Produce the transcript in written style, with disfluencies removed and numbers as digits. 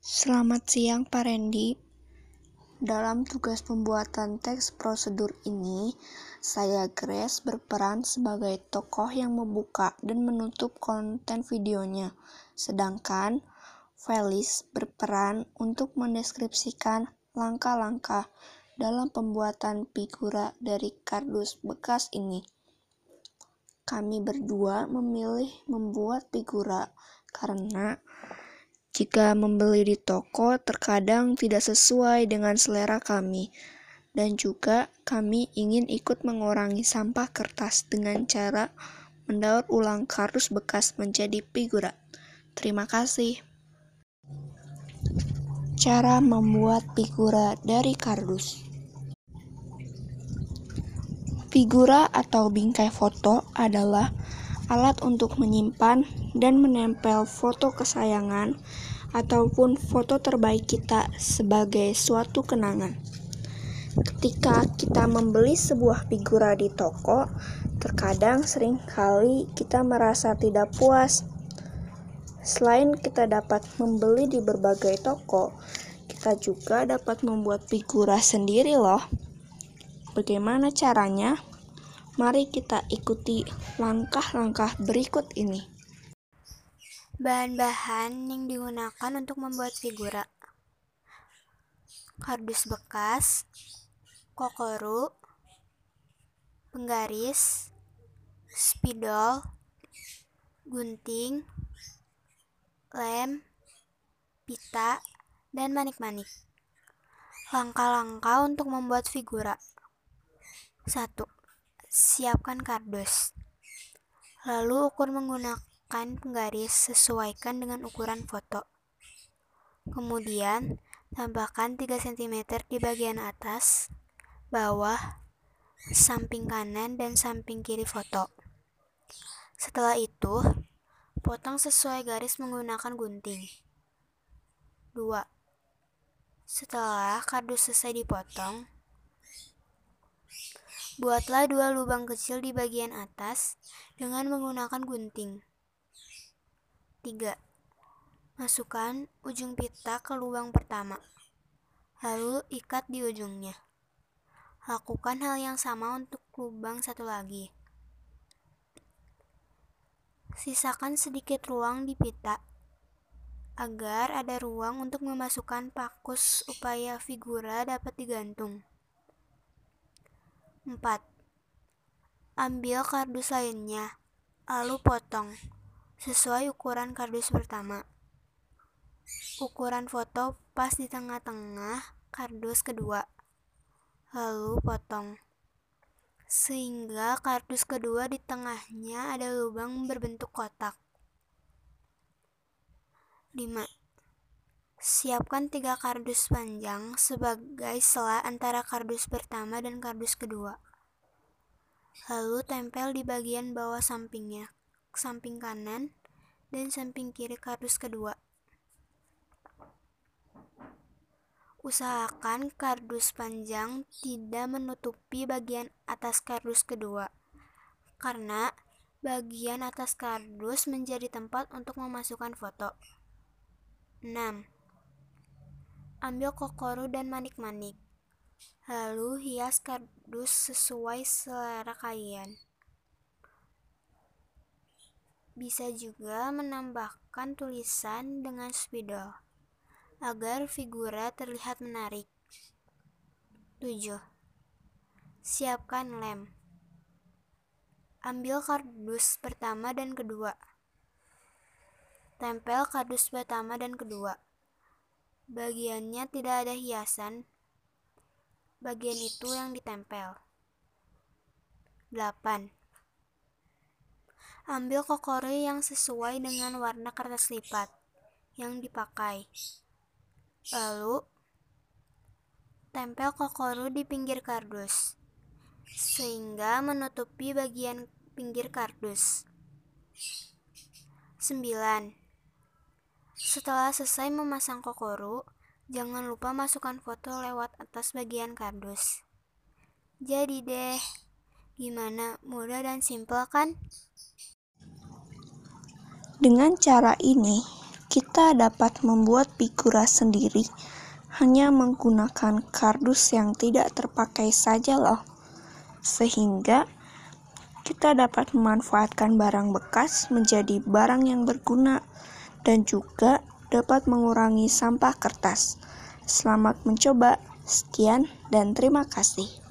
Selamat siang Pak Randy. Dalam tugas pembuatan teks prosedur ini, saya Grace berperan sebagai tokoh yang membuka dan menutup konten videonya. Sedangkan Felis berperan untuk mendeskripsikan langkah-langkah dalam pembuatan figura dari kardus bekas ini. Kami berdua memilih membuat figura karena jika membeli di toko terkadang tidak sesuai dengan selera kami, dan juga kami ingin ikut mengurangi sampah kertas dengan cara mendaur ulang kardus bekas menjadi figura. Terima kasih. Cara membuat figura dari kardus. Figura atau bingkai foto adalah alat untuk menyimpan dan menempel foto kesayangan ataupun foto terbaik kita sebagai suatu kenangan. Ketika kita membeli sebuah figura di toko, terkadang seringkali kita merasa tidak puas. Selain kita dapat membeli di berbagai toko, kita juga dapat membuat figura sendiri loh. Bagaimana caranya? Mari kita ikuti langkah-langkah berikut ini. Bahan-bahan yang digunakan untuk membuat figura: kardus bekas, kokoru, penggaris, spidol, gunting, lem, pita, dan manik-manik. Langkah-langkah untuk membuat figura. 1. Siapkan kardus. Lalu ukur menggunakan penggaris, sesuaikan dengan ukuran foto. Kemudian, tambahkan 3 cm di bagian atas, bawah, samping kanan, dan samping kiri foto. Setelah itu, potong sesuai garis menggunakan gunting. 2. Setelah kardus selesai dipotong, buatlah 2 lubang kecil di bagian atas dengan menggunakan gunting. 3. Masukkan ujung pita ke lubang pertama, lalu ikat di ujungnya. Lakukan hal yang sama untuk lubang satu lagi. Sisakan sedikit ruang di pita agar ada ruang untuk memasukkan pakus supaya figura dapat digantung. 4. Ambil kardus lainnya, lalu potong sesuai ukuran kardus pertama. Ukuran foto pas di tengah-tengah kardus kedua, lalu potong sehingga kardus kedua di tengahnya ada lubang berbentuk kotak. 5. Siapkan 3 kardus panjang sebagai sela antara kardus pertama dan kardus kedua. Lalu tempel di bagian bawah sampingnya, samping kanan dan samping kiri kardus kedua. Usahakan kardus panjang tidak menutupi bagian atas kardus kedua, karena bagian atas kardus menjadi tempat untuk memasukkan foto. 6. Ambil kokoru dan manik-manik, lalu hias kardus sesuai selera kalian. Bisa juga menambahkan tulisan dengan spidol agar figura terlihat menarik. 7. Siapkan lem. Ambil kardus pertama dan kedua. Tempel kardus pertama dan kedua. Bagiannya tidak ada hiasan, bagian itu yang ditempel. 8. Ambil kokoru yang sesuai dengan warna kertas lipat yang dipakai. Lalu, tempel kokoru di pinggir kardus, sehingga menutupi bagian pinggir kardus. 9. Setelah selesai memasang kokoru, jangan lupa masukkan foto lewat atas bagian kardus. Jadi deh, gimana? Mudah dan simpel kan? Dengan cara ini, kita dapat membuat figura sendiri hanya menggunakan kardus yang tidak terpakai saja loh. Sehingga kita dapat memanfaatkan barang bekas menjadi barang yang berguna dan juga dapat mengurangi sampah kertas. Selamat mencoba. Sekian dan terima kasih.